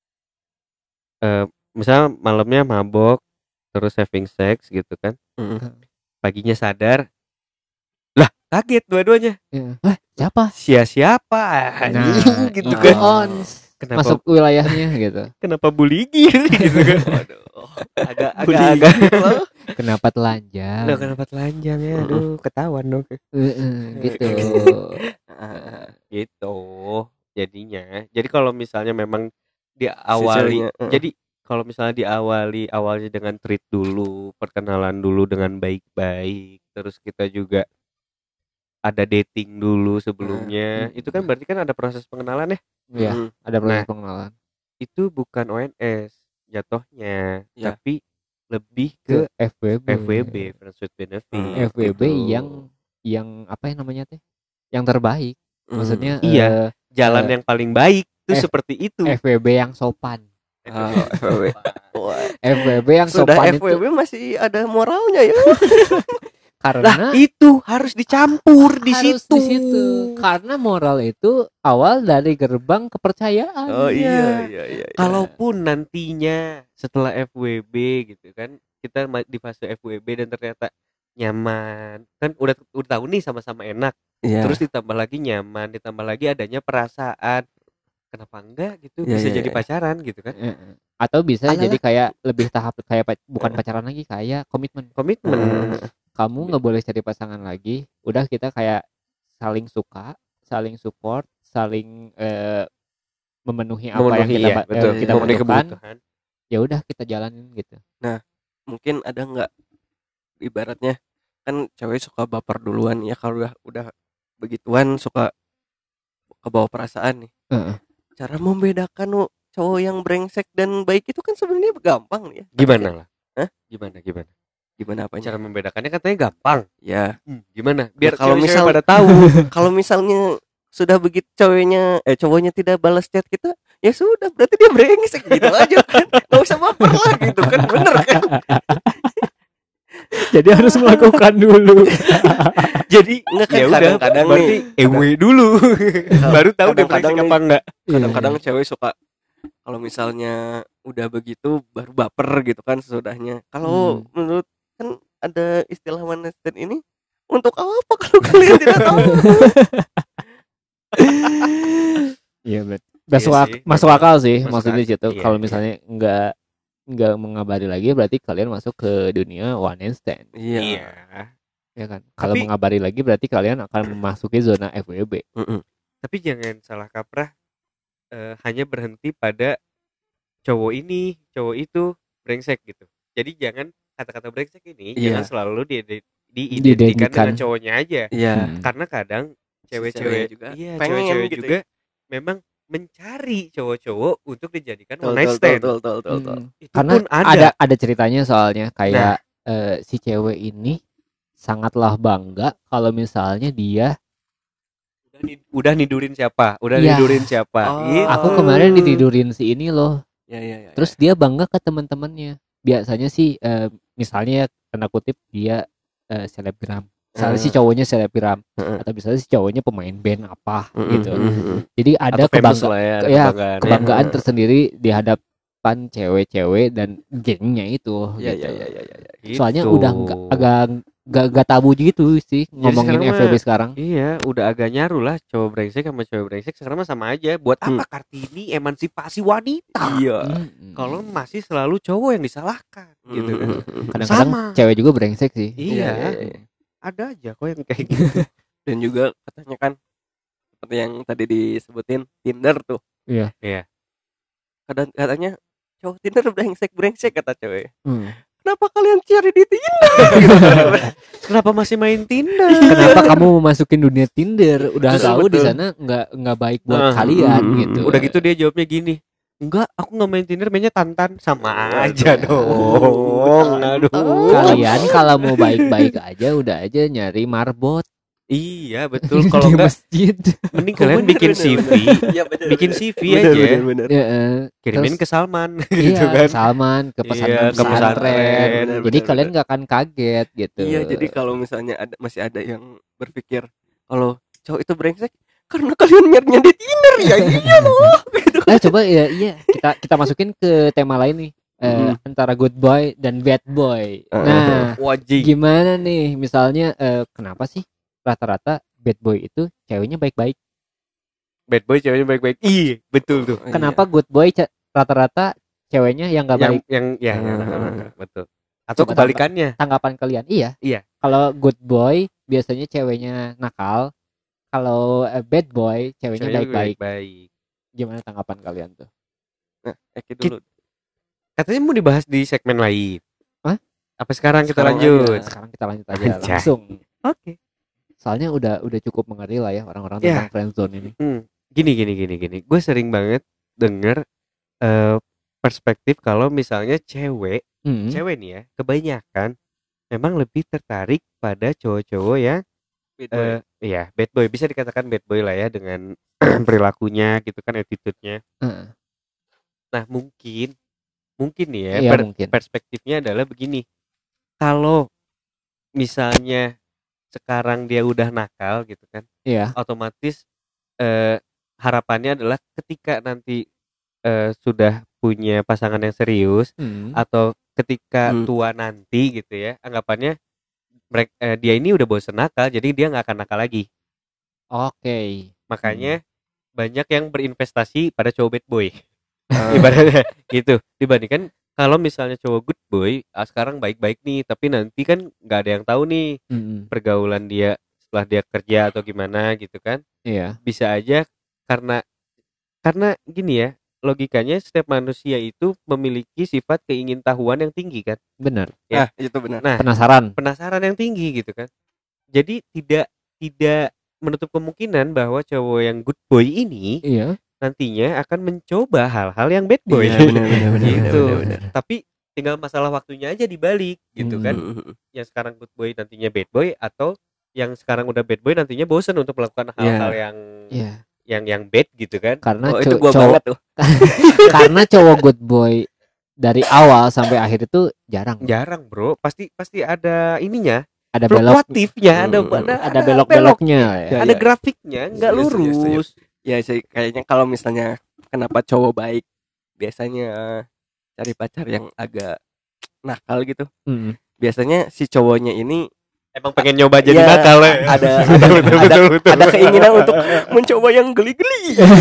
eh misalnya malamnya mabok, terus having sex gitu kan, Mm. paginya sadar, lah kaget dua-duanya, Ya. Wah, siapa? sia siapa, anjing, gitu itu kan, ons. kenapa Masuk wilayahnya gitu. kenapa buligir gitu kan, Waduh. Agak agak Buligir. agak loh. Kenapa telanjang? Loh, kenapa telanjang ya, aduh ketahuan dong, Heeh, gitu. gitu, jadinya, jadi kalau misalnya memang Si diawali, ceweknya, uh. jadi kalau misalnya diawali awalnya dengan treat dulu, perkenalan dulu dengan baik-baik, terus kita juga ada dating dulu sebelumnya, Hmm. itu kan berarti kan ada proses pengenalan ya, Iya, Mm. ada proses Nah. pengenalan. itu bukan O N S jatuhnya, Ya. tapi lebih ke Ke F W B. F W B, friends with benefit. Hmm. F W B gitu. yang yang apa ya namanya teh? Yang terbaik. Mm. Maksudnya Iya. eh, jalan eh, yang paling baik itu F- seperti itu. F W B yang sopan. Ah, F W B. Wah, F W B yang sudah sopan F W B itu masih ada moralnya ya. karena Lah itu harus dicampur di harus situ. di situ. Karena moral itu awal dari gerbang kepercayaan. Oh iya Iya. iya iya. iya. Kalaupun nantinya setelah F W B gitu kan, kita ma- di fase F W B dan ternyata nyaman, kan udah udah tahu nih sama-sama enak, Iya. terus ditambah lagi nyaman, ditambah lagi adanya perasaan, kenapa enggak gitu, Iya, bisa iya, jadi iya. pacaran gitu kan, Heeh. Atau bisa Alah. jadi kayak lebih tahap kayak pac- bukan pacaran lagi, kayak komitmen. komitmen. Hmm. Kamu nggak boleh cari pasangan lagi. Udah kita kayak saling suka, saling support, saling eh, memenuhi apa yang Memenuhi kita ya, ba- eh, betul, kita memenuhi butuhkan. kebutuhan. Ya udah kita jalanin gitu. Mungkin ada nggak ibaratnya kan cewek suka baper duluan ya, kalau udah udah begituan suka kebawa perasaan nih. Heeh. Cara membedakan oh, cowok yang brengsek dan baik itu kan sebenarnya gampang nih ya. Gimana lah? Hah? Gimana gimana? Gimana apanya? Cara membedakannya katanya gampang. Ya, Hmm, gimana? Biar kalau kalau misal- misal pada tahu. kalau misalnya sudah begitu cowoknya eh cowoknya tidak balas chat kita, ya sudah berarti dia brengsek gitu aja kan. Enggak usah baper lah gitu kan. Bener kan? Jadi harus melakukan dulu. Jadi Enggak kan ya udah, kadang-kadang berarti nih. E W dulu. Baru tahu dia kadang-kadang brengsek nih. apa enggak. Kadang-kadang cewek suka kalau misalnya udah begitu baru baper gitu kan sesudahnya. Kalau Hmm. menurut kan ada istilah one night stand ini untuk apa kalau kalian tidak tahu? Iya bet. Masuk, Iya ak- sih, masuk memang. akal sih Masuk maksudnya akal. situ. Iya, Kalau iya. misalnya nggak nggak mengabari lagi, berarti kalian masuk ke dunia one night stand, Iya. ya kan? Kalau Tapi- mengabari lagi, berarti kalian akan memasuki zona F W B. Mm-mm. Tapi jangan salah kaprah, eh, hanya berhenti pada cowok ini, cowok itu brengsek gitu. Jadi jangan kata-kata brengsek ini Iya. jangan selalu di, di, diidentikan Diidentikan. dengan cowoknya aja. Iya. Hmm. Karena kadang cewek-cewek cewek juga iya, pengen cewek-cewek gitu juga memang mencari cowok-cowok untuk dijadikan Betul, one night betul, stand. betul, betul, betul, betul. Hmm. Itu Karena pun ada. ada. ada ceritanya soalnya kayak eh, si cewek ini sangatlah bangga kalau misalnya dia Udah, nid- udah nidurin siapa? Udah Iya. nidurin siapa? Oh. Gitu. aku kemarin ditidurin si ini loh. Ya, ya, ya. Terus dia bangga ke teman-temannya. Biasanya sih eh, misalnya ya, tanda kutip dia eh, selebgram. Misalnya si Hmm. cowoknya selebgram Heeh. atau misalnya si cowoknya pemain band apa Mm-mm, gitu. mm-mm. Jadi ada Atau famous kebangga lah ya, ada ya, kebanggaan. kebanggaan Heeh. tersendiri di hadapan cewek-cewek dan gengnya itu Ya, gitu. ya, ya, ya, ya, ya. Gitu. Soalnya udah nggak agak nggak nggak tabu gitu sih ngomongin sekarang F W B mah- sekarang. Iya, udah agak nyaru lah cowok brengsek sama cewek brengsek sekarang mah sama aja. Buat apa Hmm. Kartini emansipasi wanita? Iya. Mm-mm. Kalau masih selalu cowok yang disalahkan gitu kan. Mm-mm. kadang-kadang sama. cewek juga brengsek sih. Iya, Iya, iya, iya. ada aja kok yang kayak gitu. Dan juga katanya kan seperti yang tadi disebutin Tinder tuh. Iya. Iya. Kadang katanya cowok Tinder brengsek brengsek kata cewek. Hmm. Kenapa kalian cari di Tinder? Kenapa masih main Tinder? Kenapa kamu memasukin dunia Tinder? Udah Betul, tahu di betul. sana nggak nggak baik buat Ah, kalian mm, gitu. Udah gitu dia jawabnya gini. Enggak, aku nggak main Tinder, mainnya Tantan. Sama Waduh. aja dong. Aduh. Kalian kalau mau baik-baik aja udah aja nyari marbot Iya, betul. Kalau di enggak masjid. mending kalian bikin C V. Iya, bener, Bikin bener. C V Bener, aja. bener, bener. Ya, eh, Kirimin terus- ke Salman iya, gitu kan. ke Salman, ke Iya, pesantren, ke pesantren. pesantren. Bener, Jadi bener, kalian bener. nggak akan kaget gitu. Iya, jadi kalau misalnya ada masih ada yang berpikir kalau cowok itu brengsek karena kalian nyarinya di Tinder ya iya loh. Gitu. Eh coba ya iya kita kita masukin ke tema lain nih. Eh, Hmm. antara good boy dan bad boy. Uh, Nah, Wajib. gimana nih misalnya eh, kenapa sih rata-rata bad boy itu ceweknya baik-baik? Bad boy ceweknya baik-baik. Iya, betul tuh. Oh, Kenapa good boy ce- rata-rata ceweknya yang nggak Yang baik? yang ya, ya, Hmm. betul. Atau Coba kebalikannya. Tanggapan kalian? Iya. Iya. Kalau good boy biasanya ceweknya nakal. Kalau eh, bad boy ceweknya Ceweknya baik-baik. baik-baik. Gimana tanggapan kalian tuh? Nah, Eki dulu. Katanya mau dibahas di segmen lain. Hah? Apa sekarang kita Sekarang lanjut? aja. Sekarang kita lanjut aja Anjay. langsung. Oke. Soalnya udah udah cukup mengerti lah ya orang-orang Ya. tentang friendzone ini. Hmm, gini gini gini gini. Gue sering banget denger eh, perspektif kalau misalnya cewek, Hmm. cewek nih ya, kebanyakan memang lebih tertarik pada cowok-cowok yang Bad boy. eh iya, bad boy, bisa dikatakan bad boy lah ya dengan perilakunya gitu kan, attitude-nya. Heeh. Nah, mungkin mungkin nih ya, Iya, per- mungkin. perspektifnya adalah begini. Kalau misalnya sekarang dia udah nakal gitu kan, Iya. otomatis eh, harapannya adalah ketika nanti eh, sudah punya pasangan yang serius Hmm. atau ketika Hmm. tua nanti gitu ya, anggapannya mereka dia ini udah bosen nakal, jadi dia nggak akan nakal lagi. Oke. Makanya banyak yang berinvestasi pada cowok bad boy. Ah, Ibaratnya gitu. Dibandingkan kalau misalnya cowok good boy, ah, sekarang baik-baik nih, tapi nanti kan nggak ada yang tahu nih Hmm. pergaulan dia setelah dia kerja atau gimana gitu kan. Iya. Bisa aja karena karena gini ya, logikanya setiap manusia itu memiliki sifat keingintahuan yang tinggi kan. Benar. ah, Ya. itu benar. Nah, Penasaran. penasaran yang tinggi gitu kan. Jadi tidak tidak menutup kemungkinan bahwa cowok yang good boy ini Iya. nantinya akan mencoba hal-hal yang bad boy. Iya, benar, benar, benar, Gitu. benar, benar. Tapi tinggal masalah waktunya aja dibalik gitu Hmm. kan. Hmm. Yang sekarang good boy nantinya bad boy, atau yang sekarang udah bad boy nantinya bosen untuk melakukan hal-hal yang Iya. yang yang bad gitu kan. Karena Oh, itu co- gua cowok banget tuh. karena cowok good boy dari awal sampai akhir itu jarang. Jarang, Bro. Pasti pasti ada ininya, Ada belok fluktuatifnya, ada Hmm. ada ada belok-beloknya ya. Ya, ada ya. grafiknya, nggak Setuju, setuju, lurus. Ya sih, kayaknya kalau misalnya kenapa cowok baik biasanya cari pacar yang agak nakal gitu. Hmm. Biasanya si cowoknya ini Emang pengen nyoba jadi ya, nakal ya. ada Betul, ada, betul, ada, betul, betul. ada keinginan untuk mencoba yang geli-geli.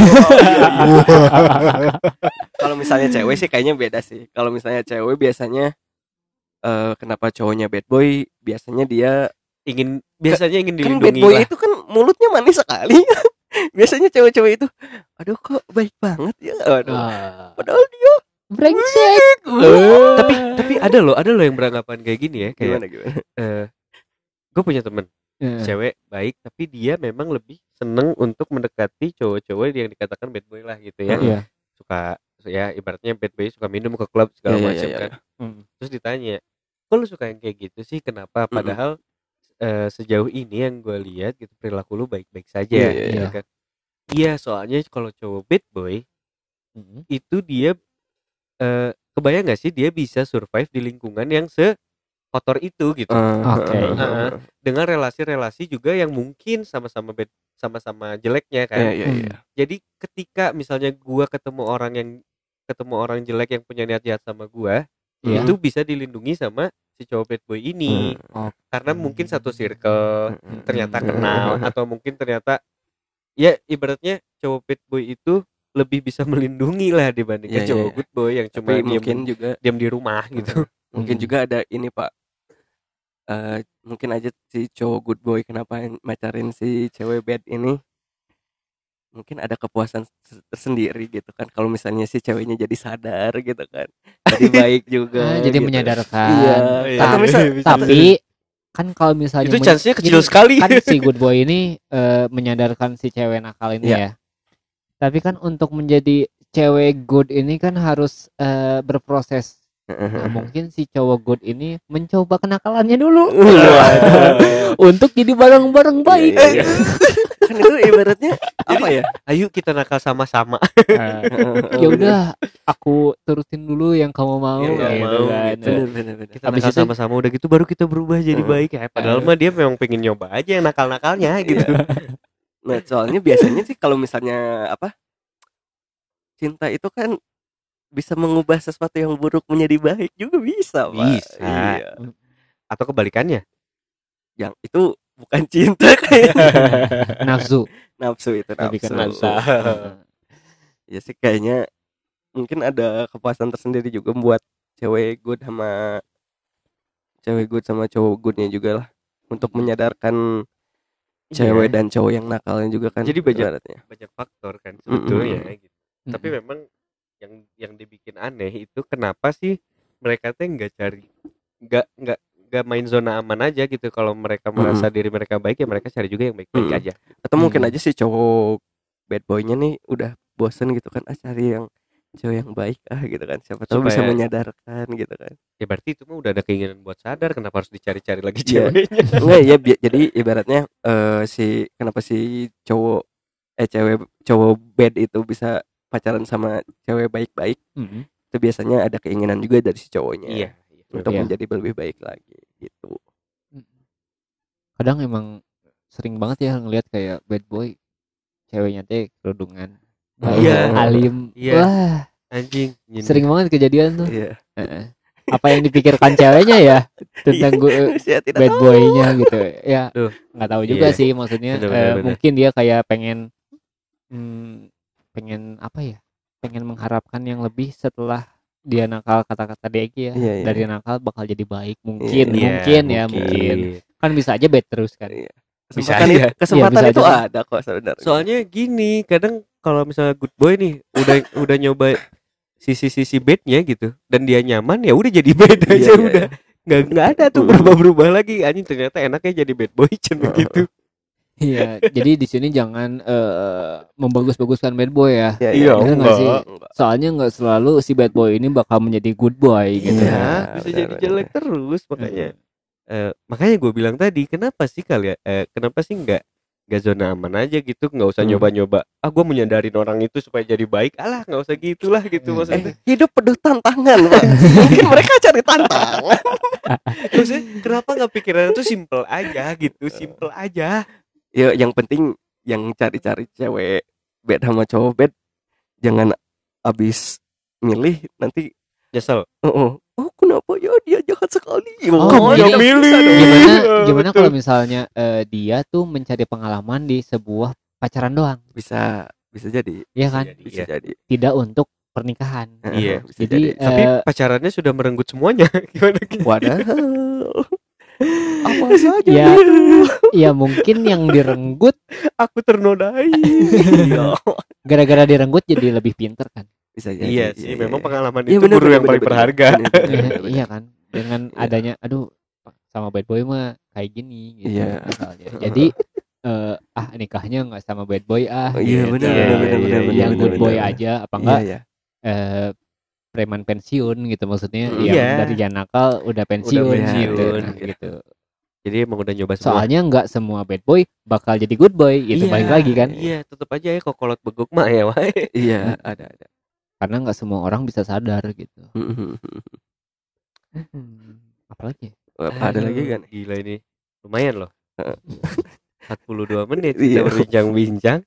Kalau misalnya cewek sih kayaknya beda sih. Kalau misalnya cewek biasanya eh, kenapa cowoknya bad boy? Biasanya dia ingin biasanya ingin kan bad dilindungi boy lah. itu kan mulutnya manis sekali. Biasanya cewek-cewek itu, aduh kok baik banget ya. Aduh. Ah. Padahal dia Brengsek. tapi tapi ada loh ada loh yang beranggapan kayak gini ya, kayak gimana gimana? eh gue punya temen Iya. cewek baik, tapi dia memang lebih seneng untuk mendekati cowok-cowok yang dikatakan bad boy lah gitu ya. Iya. Suka ya ibaratnya bad boy, suka minum ke klub Iya, segala iya, macam iya, kan. Hmm. Terus ditanya, kok lu suka yang kayak gitu sih, kenapa? Mm-mm. Padahal eh, sejauh ini yang gue lihat gitu perilaku lu baik-baik saja Iya, iya, gitu iya. kan. Iya, soalnya kalau cowok bad boy Hmm. itu dia eh, kebayang gak sih dia bisa survive di lingkungan yang sekotor itu gitu. Oke. Heeh. Dengan relasi-relasi juga yang mungkin sama-sama bad, sama-sama jeleknya kan. Iya, iya, iya. Jadi ketika misalnya gua ketemu orang yang ketemu orang jelek yang punya niat jahat sama gua, Iya. itu bisa dilindungi sama si cowok bad boy ini. Oh. Karena mungkin satu circle, Hmm. ternyata kenal, atau mungkin ternyata ya ibaratnya cowok bad boy itu lebih bisa melindungi lah Iya, dibandingkan iya, cowok iya. good boy yang cuma Tapi diam mungkin juga diam di rumah gitu. mungkin Hmm. juga ada ini Pak. Eh, mungkin aja si cowok good boy kenapa macarin si cewek bad ini, mungkin ada kepuasan s- tersendiri gitu kan kalau misalnya si ceweknya jadi sadar gitu kan, jadi baik juga Ah, jadi gitu. menyadarkan. Iya. Iya. Atau misal Tapi kan kalau misalnya Itu men- chance-nya kecil ini sekali. kan si good boy ini eh, menyadarkan si cewek nakal ini Iya. ya. Tapi kan untuk menjadi cewek good ini kan harus eh, berproses. Nah, mungkin si cowok good ini mencoba kenakalannya dulu untuk jadi barang-barang baik. Iya, iya, iya. Kan itu ibaratnya apa ya? Ayo kita nakal sama-sama. Ya udah, aku turutin dulu yang kamu mau. Yang kamu gitu mau, kan. gitu. Bener, bener, bener. Kita Habis nakal itu- sama-sama udah gitu baru kita berubah jadi Heeh. baik ya. Padahal mah dia memang pengen nyoba aja yang nakal-nakalnya gitu. Nah, soalnya biasanya sih kalau misalnya apa? Cinta itu kan bisa mengubah sesuatu yang buruk menjadi baik juga bisa, Pak. Bisa. Iya. Atau kebalikannya. Yang itu bukan cinta kayak Nafsu. nafsu itu Lebih ke nafsu. nafsu. Ya sih kayaknya mungkin ada kepuasan tersendiri juga buat cewek good sama cewek good sama cowok goodnya juga lah, untuk menyadarkan cewek Iya. dan cowok yang nakalnya juga kan. Jadi banyak- ibaratnya. banyak faktor kan sebetulnya gitu. Tapi Mm-mm. memang yang yang dibikin aneh itu kenapa sih mereka teh nggak cari nggak nggak nggak main zona aman aja gitu. Kalau mereka merasa diri mereka baik ya mereka cari juga yang baik-baik Mm-mm. aja. Atau mungkin Hmm. aja si cowok bad boynya nih udah bosen gitu kan, ah cari yang cewek yang baik ah gitu kan, siapa tahu bisa Supaya- menyadarkan gitu kan. Ya berarti itu mah udah ada keinginan buat sadar, kenapa harus dicari-cari lagi Iya. ceweknya. Enggak ya, bi- jadi ibaratnya eh, si kenapa si cowok eh cewek cowok bad itu bisa pacaran sama cewek baik-baik Mm-mm. itu biasanya ada keinginan juga dari si cowoknya Iya. untuk Iya. menjadi lebih baik lagi gitu. Kadang emang sering banget ya ngelihat kayak bad boy ceweknya teh kerudungan, baik, Iya. alim. Iya. Wah, Anjing. Gini. sering banget kejadian tuh. Iya. Heeh. Apa yang dipikirkan ceweknya ya tentang gue Saya tidak bad tahu. boy-nya gitu. Ya, Tuh. nggak tahu juga Iya. sih maksudnya. Bener, eh, bener, bener. mungkin dia kayak pengen hmm, pengen apa ya? Pengen mengharapkan yang lebih setelah dia nakal, kata-kata dia ya. Iya, iya. Dari nakal bakal jadi baik mungkin, Iya, mungkin ya, mungkin. Kan bisa aja bad terus kan. Iya. Bisa Kesempatan, aja. itu, kesempatan Iya, bisa itu aja. ada kok sebenarnya. Soalnya gini, kadang kalau misalnya good boy nih udah udah nyoba sisi-sisi bednya gitu dan dia nyaman ya udah jadi bad Iya, aja iya, udah. Nggak nggak ada tuh Mm. berubah-berubah lagi. Anjing ternyata enaknya jadi bad boy cen gitu. Iya, jadi di sini jangan eh, membagus-baguskan bad boy ya. Iya, Iya, Bener nggak enggak. sih? Enggak. Soalnya nggak selalu si bad boy ini bakal menjadi good boy gitu. Iya, Iya, bisa benar, jadi benar. jelek terus makanya. Eh, makanya gue bilang tadi, kenapa sih kalian eh, kenapa sih nggak nggak zona aman aja gitu, nggak usah Hmm. nyoba-nyoba. Ah, gue mau nyadarin orang itu supaya jadi baik. Alah, nggak usah gitulah gitu Hmm. maksudnya. Eh, hidup penuh tantangan, Pak. Mungkin mereka cari tantangan. Maksudnya kenapa nggak pikiran itu simple aja gitu, simple aja. Ya, yang penting yang cari-cari cewek bed sama cowok bed jangan abis milih nanti Nyesel. oh, oh, oh kenapa ya dia jahat sekali. Oh, dia jadi milih. Gimana Iya, gimana betul. kalau misalnya eh, dia tuh mencari pengalaman di sebuah pacaran doang, bisa bisa jadi ya kan? jadi. bisa Iya. jadi. Tidak untuk pernikahan. Iya, bisa Jadi jadi. Tapi eh, pacarannya sudah merenggut semuanya. Gimana? Wadah. Apa saja Ya. itu? ya mungkin yang direnggut Aku ternodai. Iya. gara-gara direnggut jadi lebih pinter kan? Bisa jadi. Iya sih, memang pengalaman Iya, itu bener, guru bener, yang bener, paling bener. berharga. Bener, bener, Eh, bener, bener. iya kan? Dengan Iya. adanya, aduh, sama bad boy mah kayak gini gitu Iya. misalnya. Jadi eh, ah nikahnya nggak sama bad boy ah. Oh, iya, gitu. bener, bener, bener, Yang bener, yang bener, good bener, boy bener. aja apa enggak Iya, iya. eh, preman pensiun gitu maksudnya Mm, yang iya. dari yang nakal udah pensiun, pensiun, gitu, nah, iya. gitu. Jadi emang udah nyoba semua. Soalnya nggak semua bad boy bakal jadi good boy gitu Iya, balik lagi kan. Iya, tetap aja ya kokolot beguk mah ya, wae. Iya, ada ada. Karena nggak semua orang bisa sadar gitu. Mhm. Hmm, apalagi? Ada lagi kan? Gila ini. Lumayan loh. Heeh. empat puluh dua menit Iya. kita berbincang-bincang.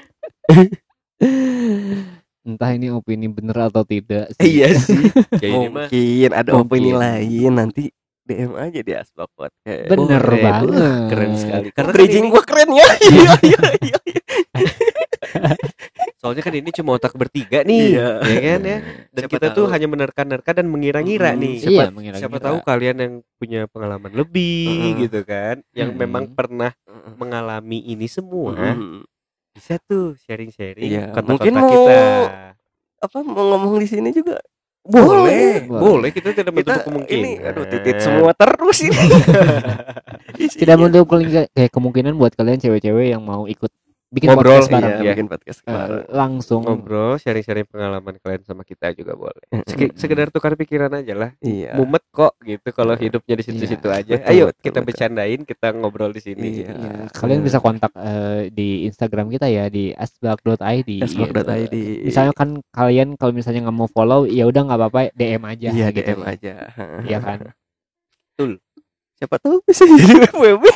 Entah ini opini bener atau tidak sih. Iya sih. Ya ini mah Mungkin ada Mungkin. opini lain nanti D M aja di Asbak Podcast. Bener Boleh, banget. keren sekali. Karena kan Bridging ini- gua keren ya. Iya iya iya. soalnya kan ini cuma otak bertiga nih, Iya. ya kan ya. Dan Siapa kita tuh tahu. hanya menerka-nerka dan mengira-ngira Mm, nih. Iya, Siapa, mengira-ngira. siapa tahu kalian yang punya pengalaman lebih Mm. gitu kan, yang Mm. memang pernah mengalami ini semua, Mhm. bisa tuh sharing-sharing Iya, kontak-kontak mungkin mau- kita. Apa mau ngomong di sini juga? Boleh, Boleh. boleh, kita tidak Kita menutup kemungkinan. ini aduh titit semua terus ini. Tidak menutup kemungkinan- kayak kemungkinan buat kalian cewek-cewek yang mau ikut bikin Ngobrol, podcast bareng. Iya, ya. bikin podcast Eh, bareng. langsung Ngobrol, sharing-sharing pengalaman kalian sama kita juga boleh. Seki- Sekedar tukar pikiran aja lah. Iya. Mumet kok gitu kalau Iya. hidupnya di situ-situ Iya. aja. Betul, Ayo betul, kita betul. bercandain, kita ngobrol di sini. Iya. ya, kalian bisa kontak eh, di Instagram kita ya di asbak dot i d. asbak dot i d. Misalnya kan kalian kalau misalnya nggak mau follow ya udah nggak apa-apa D M aja. Iya, gitu. D M aja. Iya kan. Siapa tahu bisa jadi F W B.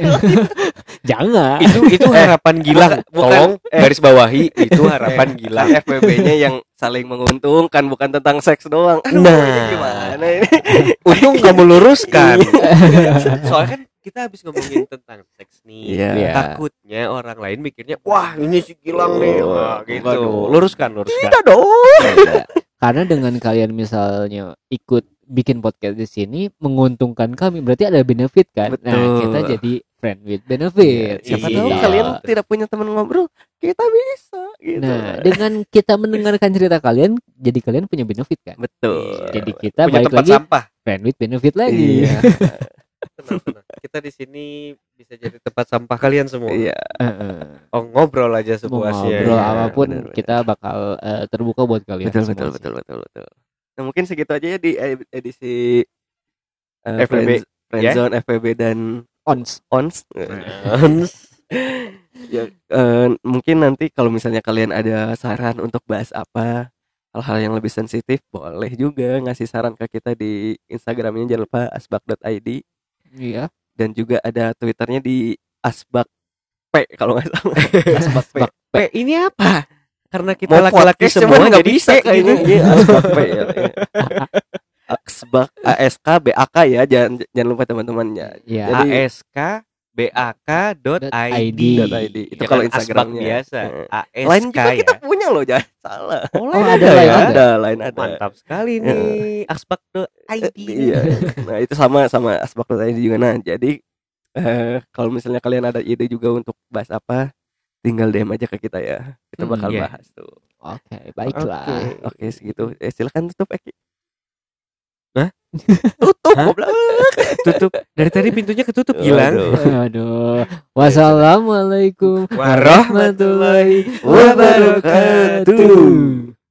Jangan. Itu itu harapan gila. bukan- bukan- Tolong eh. garis bawahi itu harapan gila. F W B-nya yang saling menguntungkan bukan tentang seks doang. Aduh, Nah. ini gimana ini? Untung nggak meluruskan. Soalnya kan kita habis ngomongin tentang seks nih. Iya. Iya. Takutnya orang lain mikirnya, wah ini si Gilang nih, Oh, wah, gitu. waduh. Luruskan, luruskan. Tidak dong. Tidak. Karena dengan kalian misalnya ikut bikin podcast di sini menguntungkan kami berarti ada benefit kan. Nah, Betul. kita jadi friend with benefit. Siapa Iya. tahu kalian tidak punya teman ngobrol, kita bisa gitu. Nah, dengan kita mendengarkan cerita kalian, jadi kalian punya benefit kan. betul. Jadi kita Punya balik tempat lagi sampah. friend with benefit lagi. Iya. Tenang, tenang. Kita di sini bisa jadi tempat sampah kalian semua. Iya. Heeh. Oh, ngobrol aja Mau sepuasnya. ngobrol Iya, apapun benar-benar. kita bakal eh, terbuka buat kalian. Betul semua betul sih. betul betul betul. Nah, mungkin segitu aja ya di ed- edisi uh, F W B, Friends- Friendzone, F W B dan Ons. Ons. Ons. Ya, eh, mungkin mungkin nanti kalau misalnya kalian ada saran untuk bahas apa, hal-hal yang lebih sensitif, boleh juga ngasih saran ke kita di Instagramnya, jangan lupa asbak dot i d, Iya. dan juga ada Twitternya di asbak p kalau nggak salah. Asbak p. P ini apa? Karena kita Mau laki-laki podcast semua cuman nggak jadi bisa P kayaknya. gitu. Iya, asbak p ya. Asbak A S K B A K ya, jangan jangan lupa teman-temannya. Iya. Jadi A S K B A K dot I D. Dot .id. Itu Ya kalau kan, asbak Instagramnya biasa. Heeh. A S K Lain juga ya. kita punya loh, jangan salah. Oh, Oh, lain ada, ada, lain ya. ada. Ada, lain ada. Mantap sekali nih. asbak dot I D. Iya. Nah, itu sama sama asbak dot i d juga. Nah, jadi eh, kalau misalnya kalian ada ide juga untuk bahas apa, tinggal D M aja ke kita ya. Kita Hmm, bakal iya. bahas tuh. Oke, baiklah. Oke, oke segitu. Eh, silakan tutup Eki. Hah? Tutup Hah? goblok. Tutup. Dari tadi pintunya ketutup Gilang. Aduh. Aduh. Wassalamualaikum Warahmatullahi wabarakatuh.